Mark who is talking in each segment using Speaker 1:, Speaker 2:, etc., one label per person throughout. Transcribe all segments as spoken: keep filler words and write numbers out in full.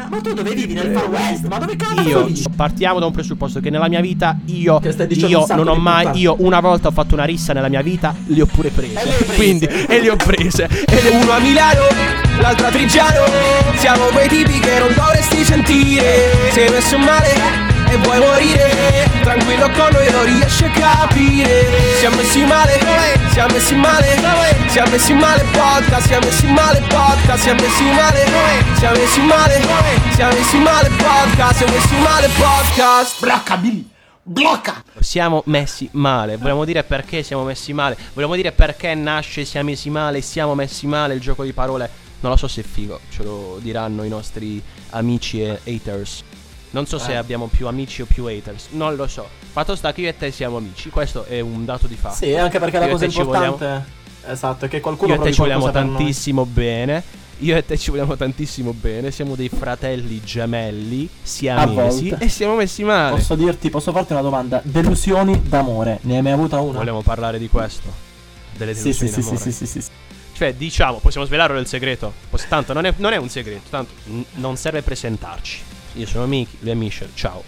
Speaker 1: Ma tu dove vivi? Nel Far West? Ma dove cazzo
Speaker 2: Io
Speaker 1: vivi?
Speaker 2: partiamo da un presupposto che nella mia vita io
Speaker 1: Che stai dicendo un
Speaker 2: Io
Speaker 1: sacco
Speaker 2: non ho
Speaker 1: di
Speaker 2: mai
Speaker 1: puttane.
Speaker 2: Io una volta ho fatto una rissa nella mia vita, le ho pure prese,
Speaker 1: E le hai prese.
Speaker 2: quindi e le ho prese. E uno a Milano, l'altro a Trigiano. Siamo quei tipi che non dovresti sentire. Sei messo male e vuoi morire, tranquillo con noi non riesci a capire. Siamo messi male, siamo messi male, siamo messi male podcast, siamo messi male podcast, siamo messi male, siamo messi male, siamo messi male podcast, siamo messi male podcast.
Speaker 1: Blocca Billy, blocca.
Speaker 2: Siamo messi male, vogliamo dire perché siamo messi male, vogliamo dire perché nasce siamo messi male, siamo messi male, il gioco di parole. Non lo so se è figo, ce lo diranno i nostri amici e haters. Non so se
Speaker 1: Eh.
Speaker 2: abbiamo più amici o più haters, non lo so. Fatto sta che io e te siamo amici, questo è un dato di fatto.
Speaker 1: Sì, anche perché la
Speaker 2: Io e
Speaker 1: cosa
Speaker 2: te ci
Speaker 1: importante
Speaker 2: vogliamo-
Speaker 1: esatto, è che qualcuno
Speaker 2: Io e te
Speaker 1: provi
Speaker 2: ci vogliamo
Speaker 1: qualcosa per noi.
Speaker 2: tantissimo bene. Io e te ci vogliamo tantissimo bene. Siamo dei fratelli gemelli, siamesi,
Speaker 1: volte.
Speaker 2: e siamo messi male.
Speaker 1: Posso dirti, posso farti una domanda? Delusioni d'amore, ne hai mai avuta una?
Speaker 2: Vogliamo parlare di questo? Delle
Speaker 1: Sì, sì,
Speaker 2: delusioni
Speaker 1: sì, sì,
Speaker 2: d'amore.
Speaker 1: sì, sì, sì, sì.
Speaker 2: Cioè, diciamo, possiamo svelarlo il segreto. Poss- Tanto non è, non è un segreto, tanto n- non serve presentarci. Io sono Miki, lui è Michel, ciao.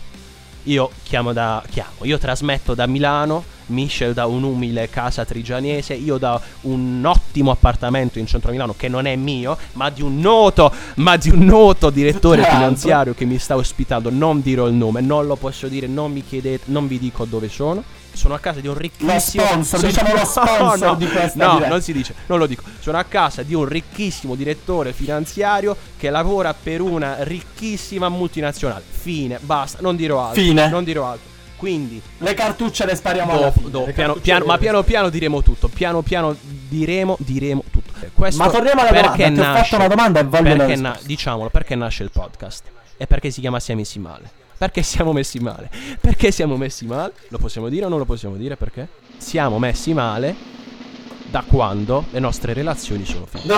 Speaker 2: Io chiamo da chiamo, io trasmetto da Milano, Michel da un'umile casa trigianese, io da un ottimo appartamento in centro a Milano che non è mio, ma di un noto, ma di un noto direttore
Speaker 1: Tra l'altro.
Speaker 2: finanziario che mi sta ospitando. Non dirò il nome, non lo posso dire, non mi chiedete, non vi dico dove sono. Sono a casa di un ricchissimo
Speaker 1: Lo sponsor, diciamo lo sponsor
Speaker 2: no,
Speaker 1: di questa
Speaker 2: No,
Speaker 1: diretta.
Speaker 2: non si dice, non lo dico. Sono a casa di un ricchissimo direttore finanziario che lavora per una ricchissima multinazionale. Fine, basta, non dirò altro.
Speaker 1: Fine.
Speaker 2: Non dirò altro. Quindi
Speaker 1: Le cartucce le spariamo alla
Speaker 2: dopo,
Speaker 1: fine.
Speaker 2: dopo
Speaker 1: le
Speaker 2: piano,
Speaker 1: cartucce
Speaker 2: piano,
Speaker 1: le-
Speaker 2: ma piano piano diremo tutto. Piano piano diremo, diremo tutto. Questo
Speaker 1: Ma torniamo alla domanda,
Speaker 2: perché
Speaker 1: ti ho
Speaker 2: nasce,
Speaker 1: fatto una domanda e voglio la
Speaker 2: perché
Speaker 1: risposta.
Speaker 2: na- diciamolo, perché nasce il podcast? E perché si chiama Siamo messi male? Perché siamo messi male? Perché siamo messi male? Lo possiamo dire o non lo possiamo dire? Perché? Siamo messi male da quando le nostre relazioni sono finite.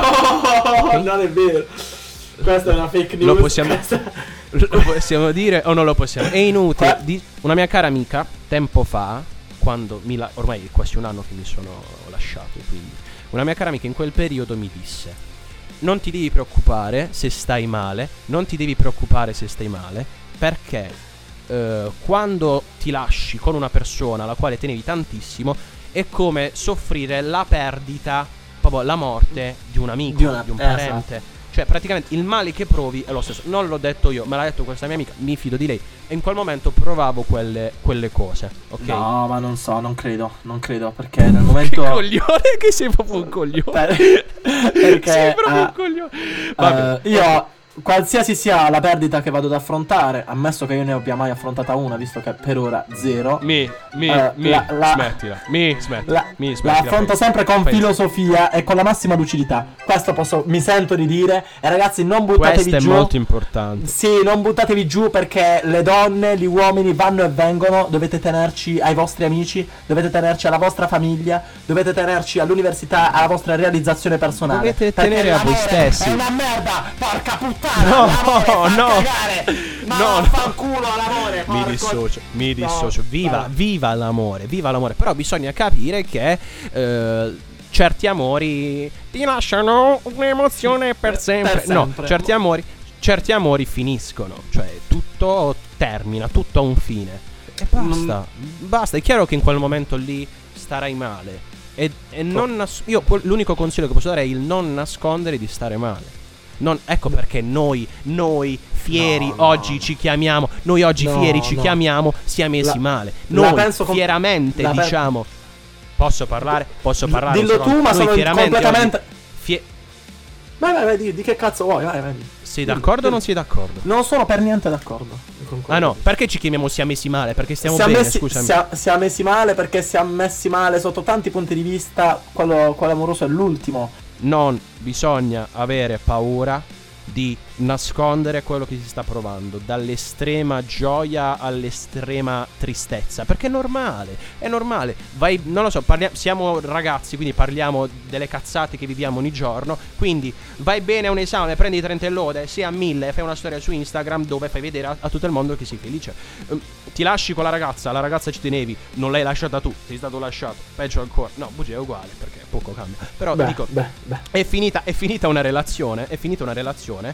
Speaker 1: No, non è vero. Questa è una fake news.
Speaker 2: Lo possiamo,
Speaker 1: Questa-
Speaker 2: lo possiamo dire o non lo possiamo? È inutile.
Speaker 1: Qua-
Speaker 2: Di- una mia cara amica, tempo fa, quando mi la- ormai è quasi un anno che mi sono lasciato, quindi una mia cara amica in quel periodo mi disse: non ti devi preoccupare se stai male, non ti devi preoccupare se stai male, perché eh, quando ti lasci con una persona alla quale tenevi tantissimo è come soffrire la perdita, proprio la morte di un amico,
Speaker 1: Di
Speaker 2: di,
Speaker 1: una-
Speaker 2: un
Speaker 1: eh,
Speaker 2: parente. Cioè praticamente il male che provi è lo stesso. Non l'ho detto io, me l'ha detto questa mia amica, mi fido di lei. E in quel momento provavo quelle, quelle cose, ok?
Speaker 1: No, ma non so, non credo, non credo, perché nel
Speaker 2: Che
Speaker 1: momento
Speaker 2: coglione, che sei proprio un coglione.
Speaker 1: Per- perché
Speaker 2: sei proprio
Speaker 1: eh,
Speaker 2: un coglione. Vabbè.
Speaker 1: eh, io qualsiasi sia la perdita che vado ad affrontare, ammesso che io ne abbia mai affrontata una, visto che per ora zero,
Speaker 2: Mi, mi,
Speaker 1: eh,
Speaker 2: mi,
Speaker 1: la- la-
Speaker 2: smettila. Mi, smettila.
Speaker 1: la,
Speaker 2: mi,
Speaker 1: la
Speaker 2: smettila.
Speaker 1: affronto
Speaker 2: fai-
Speaker 1: sempre con
Speaker 2: fai-
Speaker 1: filosofia e con la massima lucidità. Questo posso, mi sento di dire. E ragazzi, non buttatevi
Speaker 2: Questo è
Speaker 1: giù.
Speaker 2: molto importante.
Speaker 1: Sì, non buttatevi giù, perché le donne, gli uomini vanno e vengono. Dovete tenerci ai vostri amici, dovete tenerci alla vostra famiglia, dovete tenerci all'università, alla vostra realizzazione personale.
Speaker 2: Dovete
Speaker 1: Perché
Speaker 2: tenere a voi
Speaker 1: l'amore
Speaker 2: stessi.
Speaker 1: È una merda, porca puttana.
Speaker 2: No,
Speaker 1: l'amore fa
Speaker 2: no.
Speaker 1: cagare. Ma
Speaker 2: No, no.
Speaker 1: vaffanculo l'amore.
Speaker 2: Mi
Speaker 1: porco-
Speaker 2: dissocio, mi
Speaker 1: No,
Speaker 2: dissocio. Viva,
Speaker 1: vabbè.
Speaker 2: viva l'amore, viva l'amore. Però bisogna capire che eh, certi amori ti lasciano un'emozione per sempre.
Speaker 1: Per sempre.
Speaker 2: No, certi amori, certi amori finiscono. Cioè, tutto termina, tutto ha un fine. E basta, basta. È chiaro che in quel momento lì starai male. E, e non nas- io quel- l'unico consiglio che posso dare è il non nascondere di stare male. Non, ecco perché noi, noi fieri
Speaker 1: No, no,
Speaker 2: oggi
Speaker 1: no.
Speaker 2: ci chiamiamo, noi oggi
Speaker 1: No,
Speaker 2: fieri ci
Speaker 1: no.
Speaker 2: chiamiamo siamo messi
Speaker 1: La-
Speaker 2: male.
Speaker 1: la
Speaker 2: Noi
Speaker 1: penso com-
Speaker 2: fieramente
Speaker 1: la pe-
Speaker 2: diciamo. Posso parlare? Posso parlare? un
Speaker 1: Dillo
Speaker 2: secondo?
Speaker 1: tu, ma
Speaker 2: Noi
Speaker 1: sono
Speaker 2: fieramente
Speaker 1: completamente.
Speaker 2: oggi fie-
Speaker 1: Vai, vai, vai, di, di che cazzo vuoi? Vai, vai.
Speaker 2: Sei d'accordo o non sei d'accordo?
Speaker 1: Non sono per niente d'accordo. con quello
Speaker 2: Ah no,
Speaker 1: che dici.
Speaker 2: perché ci chiamiamo siamo messi male? Perché stiamo
Speaker 1: siamo
Speaker 2: bene,
Speaker 1: messi,
Speaker 2: scusami.
Speaker 1: sia- siamo messi male perché siamo messi male sotto tanti punti di vista. Quello, quello amoroso è l'ultimo.
Speaker 2: Non bisogna avere paura di nascondere quello che si sta provando, dall'estrema gioia all'estrema tristezza, perché è normale, è normale. Vai, non lo so, parliamo, siamo ragazzi, quindi parliamo delle cazzate che viviamo ogni giorno. Quindi vai bene a un esame, prendi trenta lode, sei a mille, fai una storia su Instagram dove fai vedere a, a tutto il mondo che sei felice. Ehm, ti lasci con la ragazza, la ragazza ci tenevi, non l'hai lasciata tu, sei stato lasciato, peggio ancora. No, bugia, è uguale, perché poco cambia. Però
Speaker 1: Beh,
Speaker 2: dico,
Speaker 1: beh, beh.
Speaker 2: è finita, è finita una relazione, è finita una relazione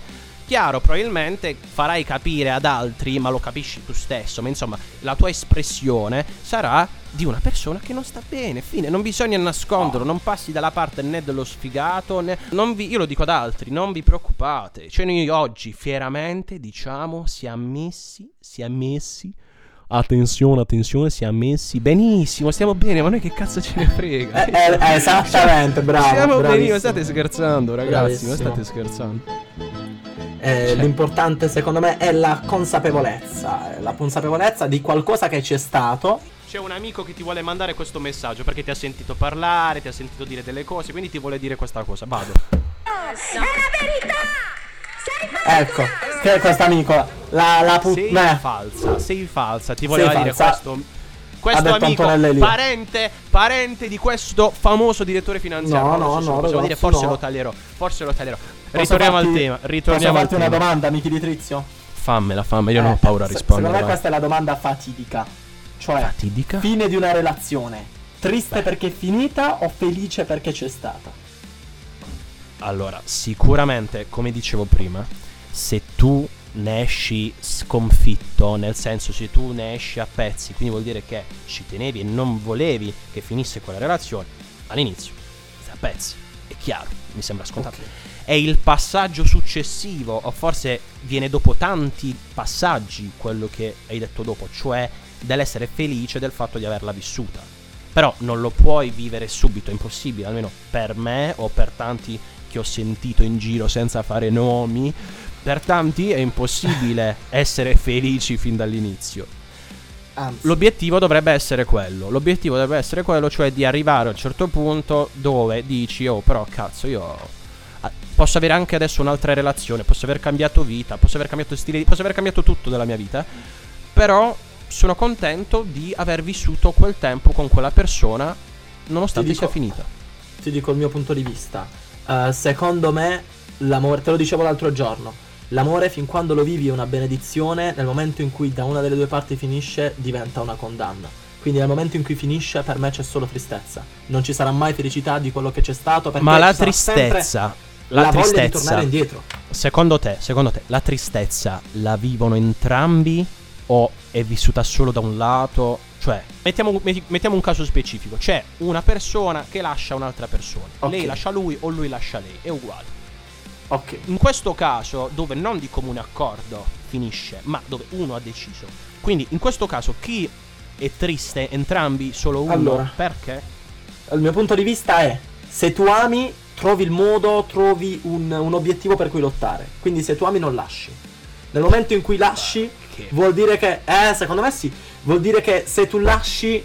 Speaker 2: Chiaro, probabilmente farai capire ad altri, ma lo capisci tu stesso, ma insomma la tua espressione sarà di una persona che non sta bene. Fine, non bisogna nasconderlo, non passi dalla parte né dello sfigato né... non vi... Io lo dico ad altri, non vi preoccupate. Cioè noi oggi fieramente diciamo siamo messi, siamo messi attenzione, attenzione, siamo messi benissimo, stiamo bene, ma noi che cazzo ce ne frega?
Speaker 1: Eh, eh, esattamente, bravo.
Speaker 2: Stiamo
Speaker 1: bravissimo.
Speaker 2: benissimo, state scherzando ragazzi, ma
Speaker 1: Bravissimo.
Speaker 2: state scherzando.
Speaker 1: Eh,
Speaker 2: Cioè.
Speaker 1: L'importante secondo me è la consapevolezza, eh, la consapevolezza di qualcosa che c'è stato.
Speaker 2: C'è un amico che ti vuole mandare questo messaggio perché ti ha sentito parlare, ti ha sentito dire delle cose, quindi ti vuole dire questa cosa. Vado.
Speaker 3: È la verità!
Speaker 1: Ecco, che è questo amico? La, la put-
Speaker 2: Sei
Speaker 1: eh.
Speaker 2: falsa, sei falsa, ti voleva
Speaker 1: Sei
Speaker 2: dire
Speaker 1: falsa.
Speaker 2: questo.
Speaker 1: Ha
Speaker 2: Questo
Speaker 1: detto
Speaker 2: amico,
Speaker 1: Antonella Elia.
Speaker 2: parente, parente di questo famoso direttore finanziario.
Speaker 1: No,
Speaker 2: Non lo
Speaker 1: no,
Speaker 2: so se
Speaker 1: no,
Speaker 2: lo possiamo
Speaker 1: ragazzi,
Speaker 2: dire, forse
Speaker 1: no.
Speaker 2: lo taglierò, forse lo taglierò.
Speaker 1: Posso
Speaker 2: Ritorniamo
Speaker 1: farti-
Speaker 2: al tema, ritorniamo
Speaker 1: Posso
Speaker 2: al
Speaker 1: farti una
Speaker 2: tema.
Speaker 1: domanda, amici di Trizio?
Speaker 2: Fammela, fammela, io non ho
Speaker 1: Eh,
Speaker 2: paura a
Speaker 1: se-
Speaker 2: rispondere.
Speaker 1: Secondo me
Speaker 2: vai.
Speaker 1: questa è la domanda fatidica. Cioè,
Speaker 2: Fatidica?
Speaker 1: fine di una relazione. Triste perché è finita o felice perché c'è stata?
Speaker 2: Allora, sicuramente, come dicevo prima, se tu ne esci sconfitto, nel senso se tu ne esci a pezzi, quindi vuol dire che ci tenevi e non volevi che finisse quella relazione, all'inizio, sei a pezzi, è chiaro, mi sembra scontato.
Speaker 1: Ok.
Speaker 2: È il passaggio successivo, o forse viene dopo tanti passaggi quello che hai detto dopo, cioè dell'essere felice del fatto di averla vissuta. Però non lo puoi vivere subito, è impossibile, almeno per me o per tanti che ho sentito in giro senza fare nomi. Per tanti è impossibile essere felici fin dall'inizio.
Speaker 1: Anzi,
Speaker 2: L'obiettivo dovrebbe essere quello. L'obiettivo dovrebbe essere quello, cioè di arrivare a un certo punto dove dici: oh, però cazzo, io ah, posso avere anche adesso un'altra relazione, posso aver cambiato vita, posso aver cambiato stile, posso aver cambiato tutto della mia vita, però sono contento di aver vissuto quel tempo con quella persona, nonostante
Speaker 1: Ti dico-
Speaker 2: sia finita.
Speaker 1: ti dico il mio punto di vista. Eh, secondo me, l'amore, te lo dicevo l'altro giorno, l'amore fin quando lo vivi è una benedizione, nel momento in cui da una delle due parti finisce diventa una condanna. Quindi nel momento in cui finisce per me c'è solo tristezza. Non ci sarà mai felicità di quello che c'è stato, perché
Speaker 2: Ma la
Speaker 1: ci sarà sempre
Speaker 2: tristezza, la,
Speaker 1: la voglia di
Speaker 2: tristezza,
Speaker 1: tornare indietro.
Speaker 2: secondo te, secondo te, la tristezza la vivono entrambi o è vissuta solo da un lato? Cioè, mettiamo, metti- mettiamo un caso specifico. C'è una persona che lascia un'altra persona.
Speaker 1: Ok.
Speaker 2: Lei lascia lui o lui lascia lei. È uguale.
Speaker 1: Ok.
Speaker 2: In questo caso, dove non di comune accordo finisce, ma dove uno ha deciso. Quindi, in questo caso, chi è triste? Entrambi? Solo uno?
Speaker 1: Allora.
Speaker 2: Perché?
Speaker 1: Il mio punto di vista è: se tu ami, trovi il modo, trovi un, un obiettivo per cui lottare. Quindi se tu ami non lasci. Nel momento in cui lasci,
Speaker 2: Che-
Speaker 1: vuol dire che, eh, secondo me sì, vuol dire che se tu lasci,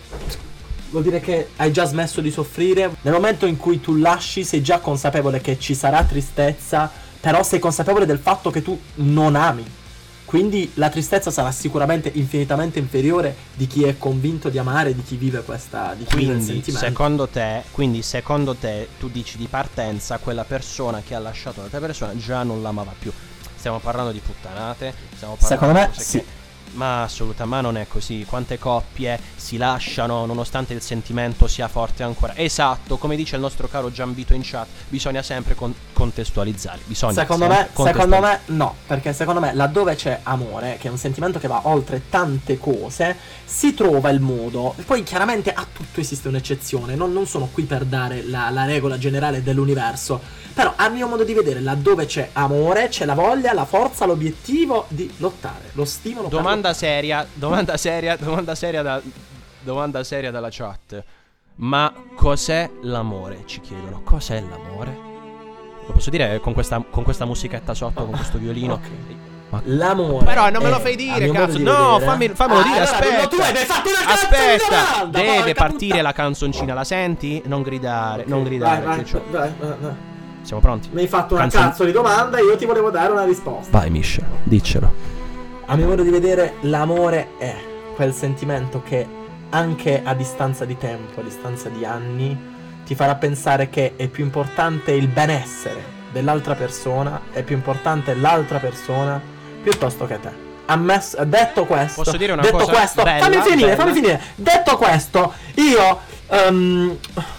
Speaker 1: vuol dire che hai già smesso di soffrire. Nel momento in cui tu lasci, sei già consapevole che ci sarà tristezza, però sei consapevole del fatto che tu non ami. Quindi la tristezza sarà sicuramente infinitamente inferiore di chi è convinto di amare, di chi vive questa, di chi vive il
Speaker 2: Quindi
Speaker 1: sentimento.
Speaker 2: secondo te, quindi secondo te tu dici di partenza quella persona che ha lasciato un'altra persona già non l'amava più. Stiamo parlando di puttanate, stiamo parlando
Speaker 1: Secondo
Speaker 2: di
Speaker 1: me
Speaker 2: cose
Speaker 1: sì.
Speaker 2: che- Ma assolutamente, ma non è così. Quante coppie si lasciano nonostante il sentimento sia forte ancora. Esatto, come dice il nostro caro Gianvito in chat, bisogna sempre con- contestualizzare. Bisogna
Speaker 1: Secondo
Speaker 2: sempre
Speaker 1: me, secondo
Speaker 2: contestualizzare.
Speaker 1: me no, perché secondo me laddove c'è amore, che è un sentimento che va oltre tante cose, si trova il modo. Poi chiaramente a tutto esiste un'eccezione, non, non sono qui per dare la, la regola generale dell'universo, però a mio modo di vedere laddove c'è amore, c'è la voglia, la forza, l'obiettivo di lottare, lo stimolo per
Speaker 2: Domanda seria, domanda seria, domanda seria da, domanda seria dalla chat. Ma cos'è l'amore? Ci chiedono. Cos'è l'amore? Lo posso dire con questa, con questa musichetta sotto, con questo violino?
Speaker 1: Ok.
Speaker 2: Ma-
Speaker 1: L'amore.
Speaker 2: Però non me lo
Speaker 1: è,
Speaker 2: fai
Speaker 1: a
Speaker 2: dire,
Speaker 1: mio
Speaker 2: cazzo.
Speaker 1: modo di
Speaker 2: No,
Speaker 1: vedere-
Speaker 2: fammi, fammelo
Speaker 1: Ah,
Speaker 2: dire,
Speaker 1: allora,
Speaker 2: aspetta.
Speaker 1: tu hai fatto una cazzo di
Speaker 2: Aspetta,
Speaker 1: domanda,
Speaker 2: deve
Speaker 1: porca
Speaker 2: partire
Speaker 1: puttana.
Speaker 2: la canzoncina. La senti? Non gridare,
Speaker 1: Ok,
Speaker 2: non gridare.
Speaker 1: vai, vai,
Speaker 2: che c'ho-
Speaker 1: vai, vai, vai.
Speaker 2: Siamo pronti?
Speaker 1: Mi hai fatto una
Speaker 2: Canzon-
Speaker 1: cazzo di domanda e io ti volevo dare una risposta.
Speaker 2: Vai, Misha, diccelo.
Speaker 1: A mio modo di vedere, l'amore è quel sentimento che anche a distanza di tempo, a distanza di anni, ti farà pensare che è più importante il benessere dell'altra persona, è più importante l'altra persona piuttosto che te. Ammesso, detto questo,
Speaker 2: Posso dire una
Speaker 1: detto
Speaker 2: cosa
Speaker 1: questo,
Speaker 2: bella,
Speaker 1: fammi finire,
Speaker 2: bella?
Speaker 1: fammi finire. Detto questo, io ehm,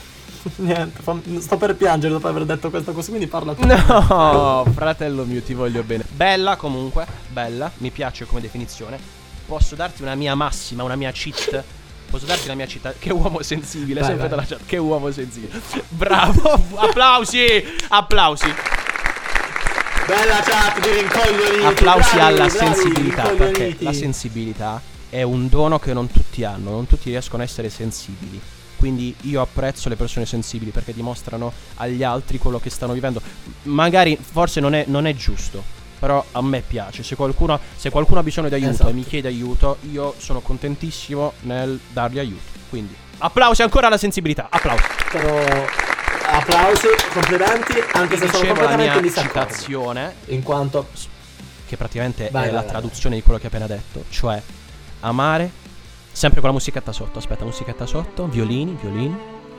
Speaker 1: Niente, fam- sto per piangere dopo aver detto questa cosa, quindi parla tu.
Speaker 2: No, fratello mio, ti voglio bene. Bella comunque, bella, mi piace come definizione. Posso darti una mia massima, una mia cheat. Posso darti la mia città. Che uomo sensibile,
Speaker 1: vai,
Speaker 2: sempre
Speaker 1: vai.
Speaker 2: dalla chat. Che uomo sensibile. Bravo, applausi, applausi.
Speaker 1: Bella chat di rincoglioniti.
Speaker 2: Applausi
Speaker 1: bravi,
Speaker 2: alla
Speaker 1: bravi,
Speaker 2: sensibilità, perché
Speaker 1: rincoglioniti.
Speaker 2: la sensibilità è un dono che non tutti hanno, non tutti riescono a essere sensibili. Quindi io apprezzo le persone sensibili perché dimostrano agli altri quello che stanno vivendo. Magari forse non è, non è giusto, però a me piace. Se qualcuno, se qualcuno ha bisogno di aiuto
Speaker 1: Esatto.
Speaker 2: e mi chiede aiuto, io sono contentissimo nel dargli aiuto. Quindi applausi ancora alla sensibilità. Applausi.
Speaker 1: Però applausi, complimenti, anche se sono
Speaker 2: Dicevo la
Speaker 1: completamente
Speaker 2: mia
Speaker 1: in disaccordo.
Speaker 2: citazione,
Speaker 1: In quanto
Speaker 2: che praticamente
Speaker 1: Vai,
Speaker 2: è
Speaker 1: vai,
Speaker 2: la
Speaker 1: vai.
Speaker 2: traduzione di quello che ho appena detto, cioè amare, sempre con la musichetta sotto, aspetta, musichetta sotto, violini, violini.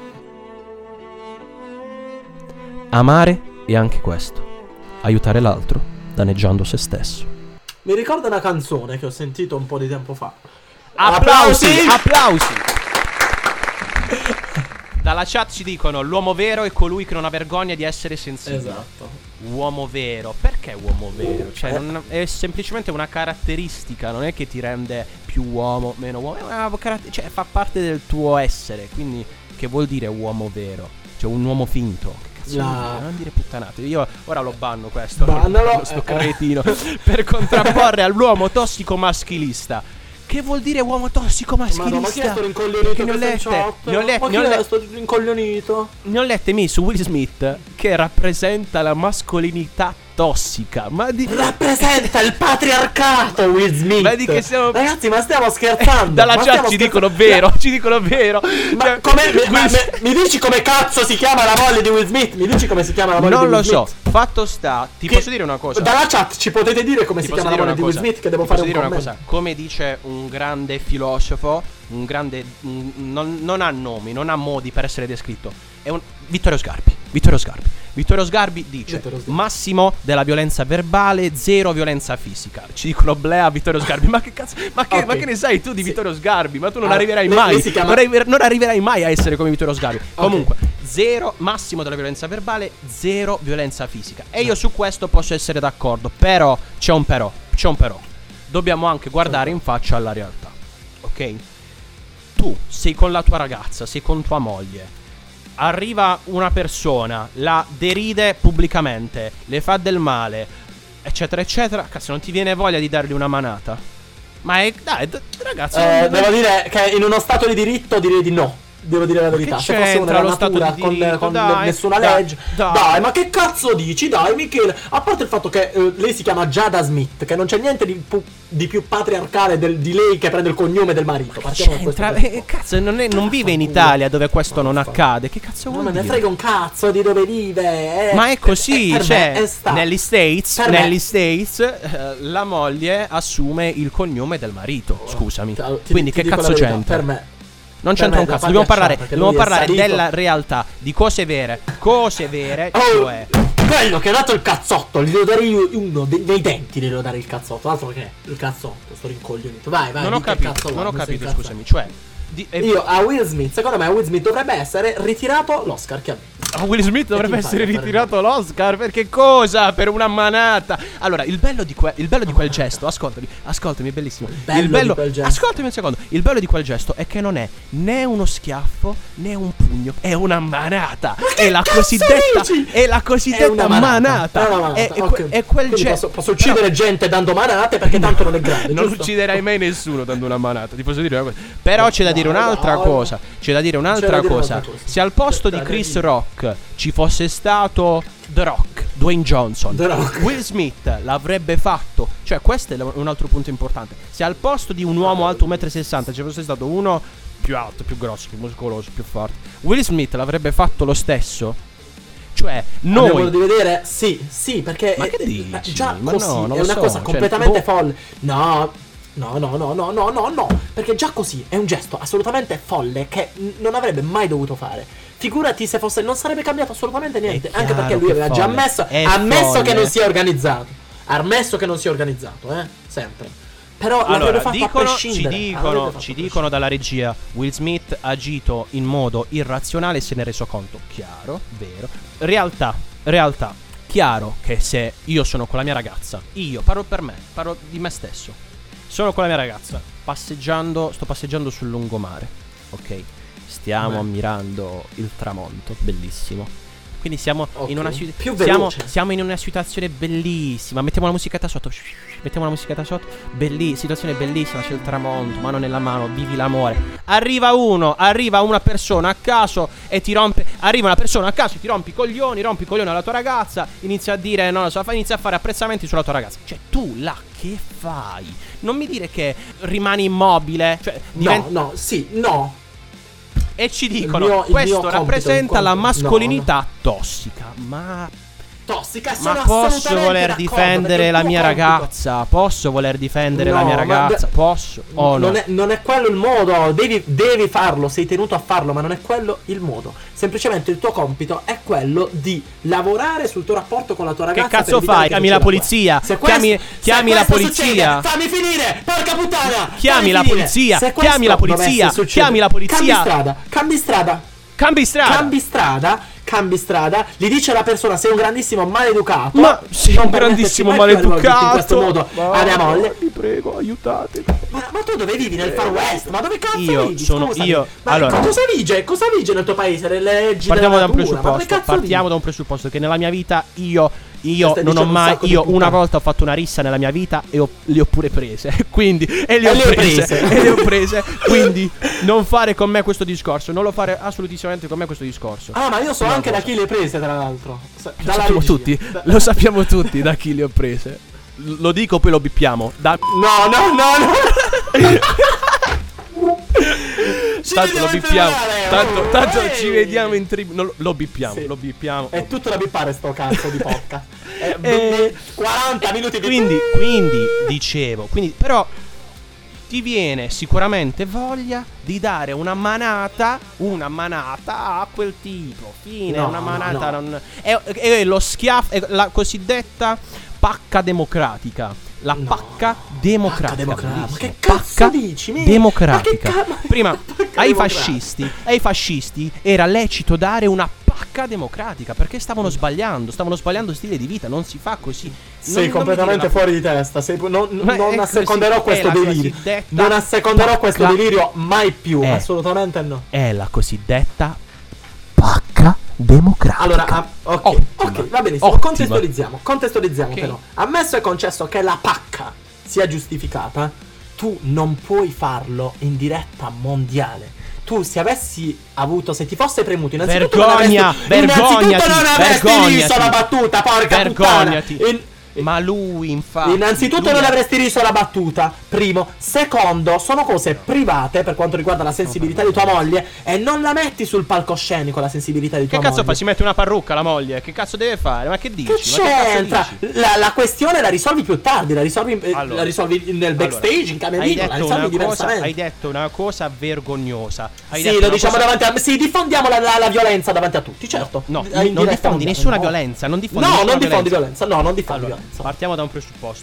Speaker 2: Amare è anche questo, aiutare l'altro danneggiando se stesso.
Speaker 1: mi ricorda una canzone che ho sentito un po' di tempo fa.
Speaker 2: Applausi, applausi. Dalla chat ci dicono l'uomo vero è colui che non ha vergogna di essere sensibile.
Speaker 1: Esatto.
Speaker 2: Uomo vero, perché uomo vero? Cioè non, è semplicemente una caratteristica, non è che ti rende più uomo, meno uomo, è una caratter- cioè fa parte del tuo essere. Quindi che vuol dire uomo vero? Cioè un uomo finto. Che cazzo
Speaker 1: La-
Speaker 2: vuol dire? Non dire puttanate. Io ora lo banno questo,
Speaker 1: Bannalo,
Speaker 2: sto
Speaker 1: eh,
Speaker 2: cretino, per contrapporre all'uomo tossico maschilista. Che vuol dire uomo tossico maschilista?
Speaker 1: Madonna, ma chi è sto rincoglionito
Speaker 2: Perché ne ho
Speaker 1: che sta in
Speaker 2: lette,
Speaker 1: chat?
Speaker 2: ne ho lette,
Speaker 1: Ma
Speaker 2: ne ho
Speaker 1: chi è
Speaker 2: le-
Speaker 1: sto rincoglionito?
Speaker 2: ne ho lette mi su Will Smith che rappresenta la mascolinità tossica. Ma di
Speaker 1: Rappresenta il patriarcato Will Smith.
Speaker 2: Vedi che siamo-
Speaker 1: Ragazzi, ma stiamo scherzando.
Speaker 2: Dalla
Speaker 1: Ma
Speaker 2: chat
Speaker 1: stiamo
Speaker 2: ci
Speaker 1: scherzando?
Speaker 2: dicono vero, ci dicono vero.
Speaker 1: Ma
Speaker 2: Cioè,
Speaker 1: come mi, ma-
Speaker 2: Will-
Speaker 1: mi- mi dici come cazzo si chiama la moglie di Will Smith? Mi dici come si chiama la moglie
Speaker 2: non
Speaker 1: di Will
Speaker 2: lo so.
Speaker 1: Smith?
Speaker 2: Fatto sta, ti
Speaker 1: Che-
Speaker 2: posso dire una cosa.
Speaker 1: Dalla chat ci potete dire come
Speaker 2: Ti
Speaker 1: si
Speaker 2: posso
Speaker 1: chiama la
Speaker 2: dire
Speaker 1: moglie
Speaker 2: una
Speaker 1: di Will
Speaker 2: cosa.
Speaker 1: Smith che devo
Speaker 2: Ti
Speaker 1: fare
Speaker 2: posso
Speaker 1: un
Speaker 2: dire una
Speaker 1: commento.
Speaker 2: cosa. Come dice un grande filosofo, un grande un- non, non ha nomi, non ha modi per essere descritto. È un Vittorio Sgarbi. Vittorio Sgarbi. Vittorio Sgarbi dice
Speaker 1: Vittorio Sgarbi.
Speaker 2: massimo della violenza verbale, zero violenza fisica. Ci dicono blea Vittorio Sgarbi. Ma che cazzo? Ma che,
Speaker 1: Ok.
Speaker 2: ma che ne sai tu di
Speaker 1: Sì.
Speaker 2: Vittorio Sgarbi? Ma tu non
Speaker 1: Allora,
Speaker 2: arriverai
Speaker 1: lei-
Speaker 2: mai.
Speaker 1: lei si chiama-
Speaker 2: non, arriver- non arriverai mai a essere come Vittorio Sgarbi. Comunque, zero massimo della violenza verbale, zero violenza fisica. E io su questo posso essere d'accordo. Però c'è un però. C'è un però. Dobbiamo anche guardare in faccia alla realtà. Ok? Tu sei con la tua ragazza, sei con tua moglie. Arriva una persona, la deride pubblicamente, le fa del male, eccetera, eccetera. Cazzo, non ti viene voglia di dargli una manata? Ma è. Dai, d- ragazzi.
Speaker 1: Eh,
Speaker 2: non-
Speaker 1: devo dire che in uno stato di diritto direi di no. Devo dire la verità.
Speaker 2: che
Speaker 1: Se fosse
Speaker 2: c'entra
Speaker 1: una
Speaker 2: lo stato
Speaker 1: natura
Speaker 2: di
Speaker 1: con,
Speaker 2: diritto?
Speaker 1: con
Speaker 2: Dai,
Speaker 1: nessuna
Speaker 2: dai,
Speaker 1: legge.
Speaker 2: dai.
Speaker 1: Dai. ma che cazzo dici? Dai, Michele. A parte il fatto che eh, lei si chiama Jada Smith, che non c'è niente di, pu- di più patriarcale del- di lei che prende il cognome del marito. Partiamo da questo
Speaker 2: C'entra.
Speaker 1: presupposto.
Speaker 2: Eh, cazzo, non, è- non vive in Italia dove questo non accade. Che cazzo
Speaker 1: Non
Speaker 2: vuol
Speaker 1: me ne
Speaker 2: dire?
Speaker 1: frega un cazzo di dove vive. eh.
Speaker 2: Ma è così,
Speaker 1: Eh, per
Speaker 2: cioè,
Speaker 1: me è sta-
Speaker 2: negli States,
Speaker 1: Per me-
Speaker 2: negli States eh, la moglie assume il cognome del marito, scusami.
Speaker 1: Ti- ti-
Speaker 2: Quindi
Speaker 1: ti
Speaker 2: che
Speaker 1: dico la
Speaker 2: cazzo
Speaker 1: verità,
Speaker 2: c'entra?
Speaker 1: Per me.
Speaker 2: Non
Speaker 1: per
Speaker 2: c'entra
Speaker 1: me
Speaker 2: un
Speaker 1: da
Speaker 2: cazzo, dobbiamo parlare,
Speaker 1: pagliacciata, perché
Speaker 2: dobbiamo
Speaker 1: lui è
Speaker 2: parlare
Speaker 1: sadito.
Speaker 2: della realtà, di cose vere, cose vere,
Speaker 1: Oh,
Speaker 2: cioè
Speaker 1: quello che ha dato il cazzotto, gli devo dare io uno dei, dei denti, gli devo dare il cazzotto. Altro che il cazzotto, sto rincoglionito. Vai, vai.
Speaker 2: non ho
Speaker 1: di che
Speaker 2: capito,
Speaker 1: cazzo
Speaker 2: non
Speaker 1: vuoi,
Speaker 2: ho
Speaker 1: mi sei
Speaker 2: capito,
Speaker 1: incazzato.
Speaker 2: scusami, cioè di, eh,
Speaker 1: Io a Will Smith, secondo me a Will Smith dovrebbe essere ritirato l'Oscar che ha vinto.
Speaker 2: a Will Smith dovrebbe
Speaker 1: ti pare,
Speaker 2: essere
Speaker 1: per
Speaker 2: ritirato l'Oscar, perché cosa? Per una manata. Allora, il bello di, que- il bello di quel gesto, ascoltami, ascoltami, è bellissimo.
Speaker 1: bello
Speaker 2: il bello,
Speaker 1: di quel gesto.
Speaker 2: ascoltami un secondo. Il bello di quel gesto è che non è né uno schiaffo né un pugno, è una manata. È la
Speaker 1: cazzo
Speaker 2: cosiddetta
Speaker 1: dici?
Speaker 2: è la
Speaker 1: È
Speaker 2: cosiddetta
Speaker 1: una
Speaker 2: manata.
Speaker 1: È una manata.
Speaker 2: È, è
Speaker 1: ok.
Speaker 2: que- è quel
Speaker 1: Quindi
Speaker 2: gesto.
Speaker 1: Posso, posso uccidere gente dando manate perché tanto non è grande.
Speaker 2: Non
Speaker 1: giusto?
Speaker 2: ucciderai mai nessuno dando una manata. Ti posso dire una cosa. Però c'è da dire
Speaker 1: no,
Speaker 2: un'altra
Speaker 1: no.
Speaker 2: cosa. C'è da dire un'altra
Speaker 1: C'è da dire
Speaker 2: cosa.
Speaker 1: un'altra cosa.
Speaker 2: Se al posto di
Speaker 1: C'è da
Speaker 2: Chris
Speaker 1: dire.
Speaker 2: Rock ci fosse stato The Rock, Dwayne Johnson,
Speaker 1: The Rock.
Speaker 2: Will Smith l'avrebbe fatto. Cioè, questo è un altro punto importante. Se al posto di un uomo alto uno e sessanta ci fosse stato uno più alto, più grosso, più muscoloso, più forte, Will Smith l'avrebbe fatto lo stesso. Cioè,
Speaker 1: Noi
Speaker 2: noi
Speaker 1: di vedere, sì, sì, perché
Speaker 2: Ma
Speaker 1: è-
Speaker 2: che
Speaker 1: è-
Speaker 2: dici?
Speaker 1: già
Speaker 2: Ma
Speaker 1: così
Speaker 2: no, non
Speaker 1: è
Speaker 2: lo
Speaker 1: una
Speaker 2: so,
Speaker 1: cosa
Speaker 2: cioè,
Speaker 1: completamente
Speaker 2: boh.
Speaker 1: folle. No, no, no, no, no, no, no, no, perché già così è un gesto assolutamente folle che n- non avrebbe mai dovuto fare. Figurati se fosse, non sarebbe cambiato assolutamente niente,
Speaker 2: È
Speaker 1: anche
Speaker 2: chiaro
Speaker 1: perché lui
Speaker 2: che
Speaker 1: aveva già
Speaker 2: folle.
Speaker 1: ammesso,
Speaker 2: È
Speaker 1: ammesso
Speaker 2: folle.
Speaker 1: che non si è organizzato. Ha ammesso che non si è organizzato, eh, sempre. Però
Speaker 2: allora,
Speaker 1: l'avrebbe fatto a
Speaker 2: dicono, ci
Speaker 1: prescindere.
Speaker 2: dicono,
Speaker 1: L'avrebbe fatto
Speaker 2: ci
Speaker 1: a
Speaker 2: dicono dalla regia: Will Smith ha agito in modo irrazionale e se ne è reso conto. Chiaro, vero. Realtà, realtà. Chiaro che se io sono con la mia ragazza, io parlo per me, parlo di me stesso. Sono con la mia ragazza, passeggiando, sto passeggiando sul lungomare. Ok, stiamo
Speaker 1: Beh.
Speaker 2: ammirando il tramonto, bellissimo. Quindi siamo
Speaker 1: Ok,
Speaker 2: in una situ-
Speaker 1: più
Speaker 2: siamo,
Speaker 1: veloce.
Speaker 2: siamo in una situazione bellissima. Mettiamo la musichetta sotto. Mettiamo la musichetta sotto. Bellissima, situazione bellissima. C'è il tramonto, mano nella mano, vivi l'amore. Arriva uno, arriva una persona a caso e ti rompe. Arriva una persona a caso e ti rompi i coglioni, rompi i coglioni alla tua ragazza. Inizia a dire, non lo so, fa- inizia a fare apprezzamenti sulla tua ragazza. Cioè, tu là che fai? Non mi dire che rimani immobile. Cioè, diventi-
Speaker 1: No, no, sì, no.
Speaker 2: E ci dicono,
Speaker 1: Il mio- il
Speaker 2: questo
Speaker 1: mio compito,
Speaker 2: rappresenta
Speaker 1: il
Speaker 2: la
Speaker 1: compito-
Speaker 2: mascolinità tossica. Ma
Speaker 1: Tossica,
Speaker 2: Ma
Speaker 1: sono
Speaker 2: posso
Speaker 1: assolutamente
Speaker 2: voler
Speaker 1: d'accordo,
Speaker 2: difendere
Speaker 1: perché
Speaker 2: la
Speaker 1: il tuo
Speaker 2: mia
Speaker 1: compito-
Speaker 2: ragazza? Posso voler difendere la
Speaker 1: No,
Speaker 2: mia
Speaker 1: ma
Speaker 2: ragazza?
Speaker 1: beh,
Speaker 2: Posso o no?
Speaker 1: Non è, non è quello il modo, devi, devi farlo, sei tenuto a farlo, ma non è quello il modo. Semplicemente il tuo compito è quello di lavorare sul tuo rapporto con la tua
Speaker 2: Che
Speaker 1: ragazza.
Speaker 2: cazzo
Speaker 1: per evitare
Speaker 2: fai?
Speaker 1: che
Speaker 2: Chiami la
Speaker 1: succeda
Speaker 2: polizia.
Speaker 1: questo. Se
Speaker 2: Chiami-
Speaker 1: questo-
Speaker 2: chiami
Speaker 1: se
Speaker 2: la
Speaker 1: questo
Speaker 2: polizia.
Speaker 1: succede, fammi finire, porca puttana.
Speaker 2: Chiami
Speaker 1: fammi
Speaker 2: la
Speaker 1: finire.
Speaker 2: polizia,
Speaker 1: Se
Speaker 2: chiami la
Speaker 1: questo
Speaker 2: polizia,
Speaker 1: dovesse succedere-
Speaker 2: chiami la polizia.
Speaker 1: Cambi strada, cambi strada.
Speaker 2: Cambi strada.
Speaker 1: Cambi strada, cambi strada, gli dice alla persona sei un grandissimo maleducato.
Speaker 2: Ma sei
Speaker 1: non
Speaker 2: un
Speaker 1: permetterci
Speaker 2: grandissimo
Speaker 1: mai più di rivolgerti
Speaker 2: maleducato.
Speaker 1: in questo modo
Speaker 2: Ma-
Speaker 1: a mia moglie.
Speaker 2: Vi prego, aiutatemi.
Speaker 1: Ma, ma tu dove vivi? Nel Far West? Ma dove cazzo
Speaker 2: Io
Speaker 1: vivi?
Speaker 2: sono-
Speaker 1: Scusami.
Speaker 2: io-
Speaker 1: Ma
Speaker 2: allora-
Speaker 1: cosa vige? Cosa vige nel tuo paese? Le leggi
Speaker 2: Partiamo da
Speaker 1: della
Speaker 2: un
Speaker 1: natura? Ma dove
Speaker 2: presupposto.
Speaker 1: cazzo
Speaker 2: Partiamo
Speaker 1: vivi?
Speaker 2: da un presupposto che nella mia vita io Io
Speaker 1: Stai
Speaker 2: non ho
Speaker 1: dicendo un
Speaker 2: mai
Speaker 1: sacco di
Speaker 2: Io
Speaker 1: puttane.
Speaker 2: una volta ho fatto una rissa nella mia vita e ho- le ho pure prese. Quindi E le
Speaker 1: E
Speaker 2: ho
Speaker 1: le ho
Speaker 2: prese,
Speaker 1: prese.
Speaker 2: E le ho prese. Quindi non fare con me questo discorso. Non lo fare assolutissimamente con me questo discorso.
Speaker 1: Ah, ma io so
Speaker 2: Una
Speaker 1: anche da
Speaker 2: cosa.
Speaker 1: chi le prese, tra l'altro. Sa-
Speaker 2: Lo
Speaker 1: dalla
Speaker 2: sappiamo
Speaker 1: regia.
Speaker 2: tutti.
Speaker 1: Da-
Speaker 2: Lo sappiamo tutti da chi le ho prese. L- Lo dico poi lo bippiamo. Da
Speaker 1: No, no, no, no. Ci
Speaker 2: Tanto
Speaker 1: vediamo
Speaker 2: lo
Speaker 1: in
Speaker 2: bippiamo.
Speaker 1: tribunale,
Speaker 2: Tanto,
Speaker 1: oh,
Speaker 2: tanto
Speaker 1: ehi.
Speaker 2: ci vediamo in tribunale. Lo, lo bippiamo.
Speaker 1: Sì.
Speaker 2: Lo bippiamo.
Speaker 1: È tutto da bippare sto cazzo di podcast. Eh,
Speaker 2: Eh,
Speaker 1: quaranta minuti di
Speaker 2: Quindi, quindi dicevo, quindi però ti viene sicuramente voglia di dare una manata, una manata a quel tipo. Fine,
Speaker 1: No,
Speaker 2: una
Speaker 1: no,
Speaker 2: manata
Speaker 1: no.
Speaker 2: non è, è lo schiaffo, è la cosiddetta pacca democratica. La
Speaker 1: No.
Speaker 2: pacca democratica.
Speaker 1: Pacca democratica. Ma
Speaker 2: bellissimo.
Speaker 1: che cazzo
Speaker 2: Pacca
Speaker 1: dici, mi?
Speaker 2: democratica.
Speaker 1: Ma che ca-
Speaker 2: Prima
Speaker 1: pacca
Speaker 2: ai
Speaker 1: democratica.
Speaker 2: fascisti, ai fascisti era lecito dare una pacca democratica perché stavano sbagliando, stavano sbagliando stile di vita, non si fa così.
Speaker 1: Sei
Speaker 2: Non- non
Speaker 1: completamente
Speaker 2: mi dire
Speaker 1: fuori di testa. Sei, non
Speaker 2: Ma
Speaker 1: non
Speaker 2: è
Speaker 1: asseconderò
Speaker 2: così,
Speaker 1: questo
Speaker 2: è la
Speaker 1: delirio.
Speaker 2: cosiddetta
Speaker 1: Non asseconderò
Speaker 2: pacca-
Speaker 1: questo delirio mai più.
Speaker 2: Eh.
Speaker 1: Assolutamente no.
Speaker 2: la- è la cosiddetta pacca democratica.
Speaker 1: Allora, ah, ok,
Speaker 2: Ottima.
Speaker 1: ok, va benissimo.
Speaker 2: Ottima.
Speaker 1: Contestualizziamo. Contestualizziamo,
Speaker 2: Ok.
Speaker 1: però. Ammesso e concesso che la pacca sia giustificata, tu non puoi farlo in diretta mondiale. Tu, se avessi avuto, se ti fosse premuto, innanzitutto
Speaker 2: Vergogna,
Speaker 1: non avresti,
Speaker 2: vergognati,
Speaker 1: innanzitutto non avresti
Speaker 2: vergognati.
Speaker 1: riso la battuta, porca
Speaker 2: Vergognati.
Speaker 1: puttana. In-
Speaker 2: Ma lui, infatti,
Speaker 1: Innanzitutto
Speaker 2: lui
Speaker 1: non
Speaker 2: è-
Speaker 1: avresti riso la battuta. Primo. Secondo, sono cose private per quanto riguarda la sensibilità di tua moglie. E non la metti sul palcoscenico la sensibilità di
Speaker 2: Che
Speaker 1: tua
Speaker 2: cazzo
Speaker 1: moglie.
Speaker 2: fa? Si mette una parrucca la moglie? Che cazzo deve fare? Ma che dici?
Speaker 1: Che
Speaker 2: Ma cazzo
Speaker 1: c'entra?
Speaker 2: dici?
Speaker 1: La, la questione la risolvi più tardi. La risolvi, eh,
Speaker 2: Allora.
Speaker 1: la risolvi nel backstage,
Speaker 2: Allora,
Speaker 1: in
Speaker 2: hai
Speaker 1: camerino. La
Speaker 2: detto,
Speaker 1: risolvi
Speaker 2: una cosa,
Speaker 1: diversamente.
Speaker 2: hai detto una cosa vergognosa. Hai
Speaker 1: Sì,
Speaker 2: detto
Speaker 1: lo
Speaker 2: una
Speaker 1: diciamo
Speaker 2: cosa-
Speaker 1: davanti a. Sì, diffondiamo la, la- la violenza davanti a tutti, certo.
Speaker 2: No,
Speaker 1: In
Speaker 2: non
Speaker 1: diretta
Speaker 2: diffondi
Speaker 1: mondiale,
Speaker 2: nessuna
Speaker 1: no.
Speaker 2: violenza. Non diffondi
Speaker 1: No,
Speaker 2: nessuna
Speaker 1: non diffondi
Speaker 2: violenza.
Speaker 1: violenza. No, non diffondi
Speaker 2: Allora,
Speaker 1: violenza.
Speaker 2: partiamo da un presupposto.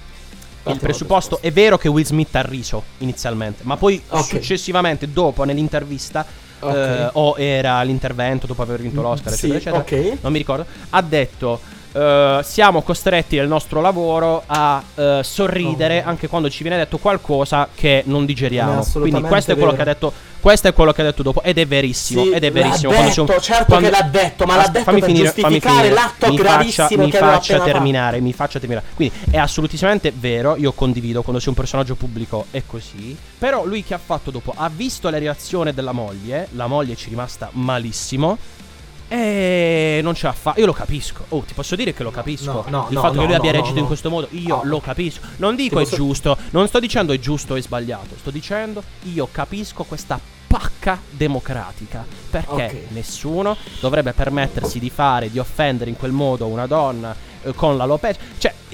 Speaker 2: Il
Speaker 1: Partiamo
Speaker 2: presupposto è vero che Will Smith ha riso inizialmente, ma poi
Speaker 1: Ok.
Speaker 2: successivamente, dopo nell'intervista,
Speaker 1: Ok.
Speaker 2: eh, o era l'intervento dopo aver vinto l'Oscar,
Speaker 1: Sì,
Speaker 2: eccetera, eccetera,
Speaker 1: ok.
Speaker 2: non mi ricordo, ha detto eh, siamo costretti nel nostro lavoro a eh, sorridere
Speaker 1: Oh.
Speaker 2: anche quando ci viene detto qualcosa che non
Speaker 1: Non è
Speaker 2: digeriamo. Quindi
Speaker 1: assolutamente
Speaker 2: questo è quello
Speaker 1: vero.
Speaker 2: che ha detto. Questo è quello che ha detto dopo ed è verissimo.
Speaker 1: Sì,
Speaker 2: ed è
Speaker 1: l'ha
Speaker 2: verissimo.
Speaker 1: detto,
Speaker 2: quando c'è un-
Speaker 1: certo
Speaker 2: quando-
Speaker 1: che l'ha detto, ma l'ha
Speaker 2: Aspetta,
Speaker 1: detto
Speaker 2: fammi
Speaker 1: per
Speaker 2: finire, fammi
Speaker 1: giustificare
Speaker 2: finire.
Speaker 1: l'atto
Speaker 2: mi
Speaker 1: gravissimo
Speaker 2: faccia, mi
Speaker 1: che aveva
Speaker 2: faccia
Speaker 1: appena
Speaker 2: terminare, mi faccia terminare. Quindi è assolutamente vero, io condivido quando sei un personaggio pubblico è così. Però lui che ha fatto dopo? Ha visto la reazione della moglie, la moglie ci è rimasta malissimo. E non ce la fa. Io lo capisco. Oh, ti posso dire che lo capisco.
Speaker 1: no, no,
Speaker 2: Il
Speaker 1: no,
Speaker 2: fatto
Speaker 1: no,
Speaker 2: che lui
Speaker 1: no,
Speaker 2: abbia
Speaker 1: no,
Speaker 2: reagito
Speaker 1: no.
Speaker 2: in questo modo, io
Speaker 1: No.
Speaker 2: lo capisco. Non dico
Speaker 1: Ti
Speaker 2: è
Speaker 1: posso-
Speaker 2: giusto. Non sto dicendo è giusto o è sbagliato. Sto dicendo io capisco questa pacca democratica. Perché
Speaker 1: Ok.
Speaker 2: nessuno dovrebbe permettersi di fare, di offendere in quel modo una donna eh, con l'alopecia. Cioè,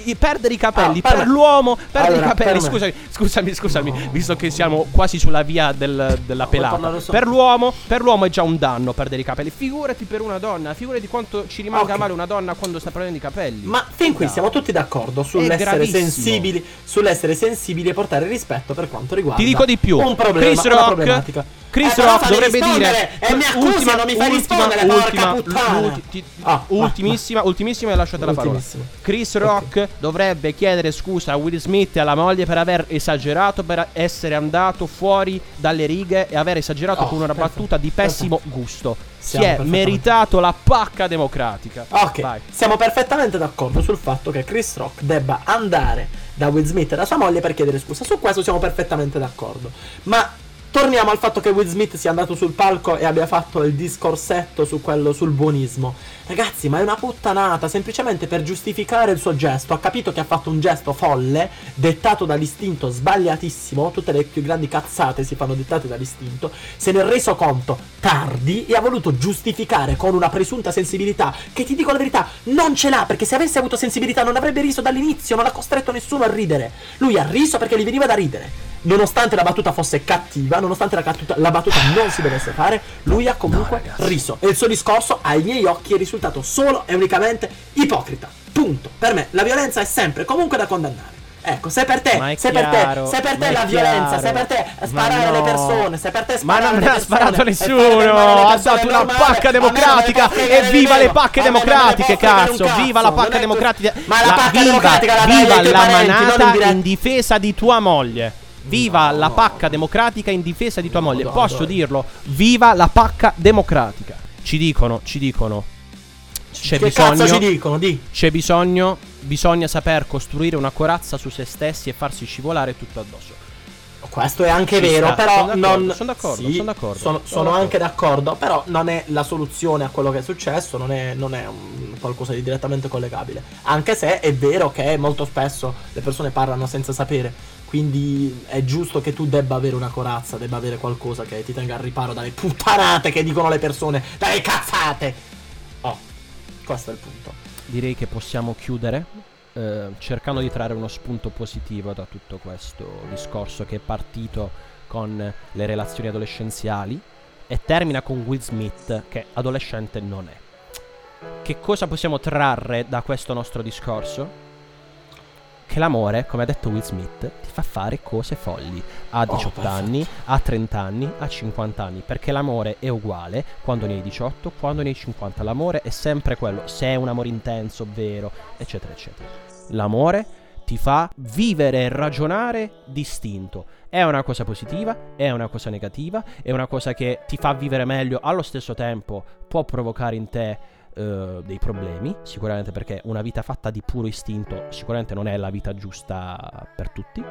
Speaker 2: i- perdere i capelli
Speaker 1: Ah, per
Speaker 2: per
Speaker 1: me-
Speaker 2: l'uomo, perdere
Speaker 1: Allora,
Speaker 2: i capelli,
Speaker 1: per me-
Speaker 2: scusami, scusami, scusami,
Speaker 1: No.
Speaker 2: visto che siamo quasi sulla via del- della
Speaker 1: vuoi
Speaker 2: pelata.
Speaker 1: parlare solo-
Speaker 2: Per l'uomo, per l'uomo è già un danno perdere i capelli. Figurati per una donna, figurati quanto ci rimanga
Speaker 1: Ok.
Speaker 2: male una donna quando sta perdendo i capelli.
Speaker 1: Ma fin qui
Speaker 2: Dai.
Speaker 1: siamo tutti d'accordo sull'essere
Speaker 2: gravissimo.
Speaker 1: sensibili, sull'essere sensibili e portare rispetto per quanto riguarda
Speaker 2: Ti dico di più.
Speaker 1: un problema,
Speaker 2: Chris
Speaker 1: una
Speaker 2: Rock,
Speaker 1: problematica.
Speaker 2: Chris
Speaker 1: Eh, però
Speaker 2: Rock
Speaker 1: fammi
Speaker 2: dovrebbe
Speaker 1: rispondere,
Speaker 2: dire
Speaker 1: e mi accusi e non mi fai rispondere, porca puttana.
Speaker 2: l'ulti- ti-
Speaker 1: Ah,
Speaker 2: ultimissima,
Speaker 1: ah,
Speaker 2: ultimissima e lasciate la parola.
Speaker 1: Ultimissima.
Speaker 2: Chris Rock dovrebbe chiedere scusa a Will Smith e alla moglie per aver esagerato, per essere andato fuori dalle righe e aver esagerato
Speaker 1: Oh,
Speaker 2: con una
Speaker 1: perfetto,
Speaker 2: battuta di pessimo gusto. Si
Speaker 1: Siamo
Speaker 2: è
Speaker 1: perfettamente-
Speaker 2: meritato la pacca democratica.
Speaker 1: Ok,
Speaker 2: Vai.
Speaker 1: siamo perfettamente d'accordo sul fatto che Chris Rock debba andare da Will Smith e da sua moglie per chiedere scusa. Su questo siamo perfettamente d'accordo. Ma torniamo al fatto che Will Smith sia andato sul palco e abbia fatto il discorsetto su quello, sul buonismo. Ragazzi, ma è una puttanata, semplicemente per giustificare il suo gesto. Ha capito che ha fatto un gesto folle, dettato dall'istinto, sbagliatissimo. Tutte le più grandi cazzate si fanno dettate dall'istinto. Se ne è reso conto tardi e ha voluto giustificare con una presunta sensibilità che, ti dico la verità, non ce l'ha, perché se avesse avuto sensibilità non avrebbe riso dall'inizio, non ha costretto nessuno a ridere. Lui ha riso perché gli veniva da ridere. Nonostante la battuta fosse cattiva, nonostante la, cattuta, la battuta non si dovesse fare, lui ha comunque
Speaker 2: No, ragazzi.
Speaker 1: riso. E il suo discorso, ai miei occhi, è risultato solo e unicamente ipocrita. Punto. Per me la violenza è sempre comunque da condannare. Ecco, se per te,
Speaker 2: Ma è
Speaker 1: se per
Speaker 2: chiaro,
Speaker 1: te, se per
Speaker 2: ma
Speaker 1: te
Speaker 2: è
Speaker 1: la violenza,
Speaker 2: chiaro.
Speaker 1: se per te sparare
Speaker 2: Ma no.
Speaker 1: alle persone, se per te
Speaker 2: Ma
Speaker 1: sparare
Speaker 2: non
Speaker 1: alle
Speaker 2: ne ha
Speaker 1: persone
Speaker 2: sparato
Speaker 1: e
Speaker 2: nessuno,
Speaker 1: fare del male alle
Speaker 2: ha
Speaker 1: persone
Speaker 2: dato
Speaker 1: è
Speaker 2: una
Speaker 1: normale.
Speaker 2: pacca
Speaker 1: A me non me ne
Speaker 2: democratica
Speaker 1: può fregare
Speaker 2: e viva
Speaker 1: nemmeno.
Speaker 2: le pacche
Speaker 1: A me non me ne
Speaker 2: democratiche,
Speaker 1: può fregare un
Speaker 2: cazzo, viva la
Speaker 1: cazzo,
Speaker 2: pacca
Speaker 1: non è
Speaker 2: democratica.
Speaker 1: Ma la pacca
Speaker 2: viva,
Speaker 1: democratica la dai ai
Speaker 2: viva
Speaker 1: tuoi
Speaker 2: la
Speaker 1: parenti, non in
Speaker 2: manata
Speaker 1: diretta.
Speaker 2: in difesa di tua moglie. Viva
Speaker 1: No,
Speaker 2: la
Speaker 1: no,
Speaker 2: pacca
Speaker 1: no.
Speaker 2: democratica in difesa di tua moglie.
Speaker 1: no,
Speaker 2: Posso
Speaker 1: dai.
Speaker 2: dirlo? Viva la pacca democratica. Ci dicono, ci dicono. C'è
Speaker 1: Che cazzo ci
Speaker 2: bisogno,
Speaker 1: dicono? Di.
Speaker 2: c'è bisogno, bisogna saper costruire una corazza su se stessi e farsi scivolare tutto addosso.
Speaker 1: Questo è anche
Speaker 2: Ci
Speaker 1: vero,
Speaker 2: sta,
Speaker 1: però
Speaker 2: sono d'accordo,
Speaker 1: non
Speaker 2: sono d'accordo,
Speaker 1: sì,
Speaker 2: sono d'accordo,
Speaker 1: Sono,
Speaker 2: sono
Speaker 1: sono
Speaker 2: d'accordo.
Speaker 1: anche d'accordo, però non è la soluzione a quello che è successo, non è, non è un qualcosa di direttamente collegabile. Anche se è vero che molto spesso le persone parlano senza sapere. Quindi è giusto che tu debba avere una corazza, debba avere qualcosa che ti tenga al riparo dalle puttanate che dicono le persone, dalle cazzate. Oh, questo è il punto.
Speaker 2: Direi che possiamo chiudere eh, cercando di trarre uno spunto positivo da tutto questo discorso che è partito con le relazioni adolescenziali e termina con Will Smith che adolescente non è. Che cosa possiamo trarre da questo nostro discorso? Che l'amore, come ha detto Will Smith, ti fa fare cose folli a diciotto
Speaker 1: perfetto.
Speaker 2: anni, a trenta anni, a cinquanta anni, perché l'amore è uguale quando ne hai diciotto, quando ne hai cinquanta. L'amore è sempre quello, se è un amore intenso, vero, eccetera eccetera. L'amore ti fa vivere e ragionare distinto. È una cosa positiva, è una cosa negativa, è una cosa che ti fa vivere meglio, allo stesso tempo può provocare in te Uh, dei problemi, sicuramente, perché una vita fatta di puro istinto sicuramente non è la vita giusta per tutti.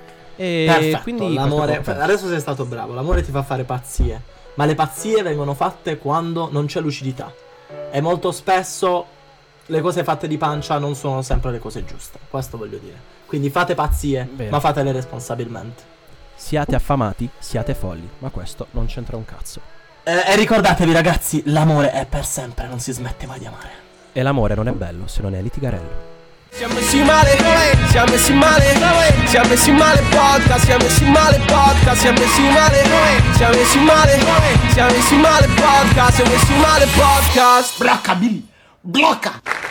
Speaker 2: E
Speaker 1: Perfetto,
Speaker 2: quindi
Speaker 1: l'amore,
Speaker 2: questo è
Speaker 1: adesso sei stato bravo, l'amore ti fa fare pazzie, ma le pazzie vengono fatte quando non c'è lucidità. E molto spesso le cose fatte di pancia non sono sempre le cose giuste, questo voglio dire. Quindi fate pazzie,
Speaker 2: Vero.
Speaker 1: ma fatele responsabilmente.
Speaker 2: siate affamati, siate folli, ma questo non c'entra un cazzo.
Speaker 1: Eh, e ricordatevi ragazzi, l'amore è per sempre, non si smette mai di amare.
Speaker 2: E l'amore non è bello se non è litigarello.
Speaker 4: Siamo messi male, siamo messi male, siamo messi male podcast, siamo messi male podcast, siamo messi male, siamo messi male, siamo messi male podcast, siamo messi male podcast.
Speaker 1: Blocca Billy, blocca!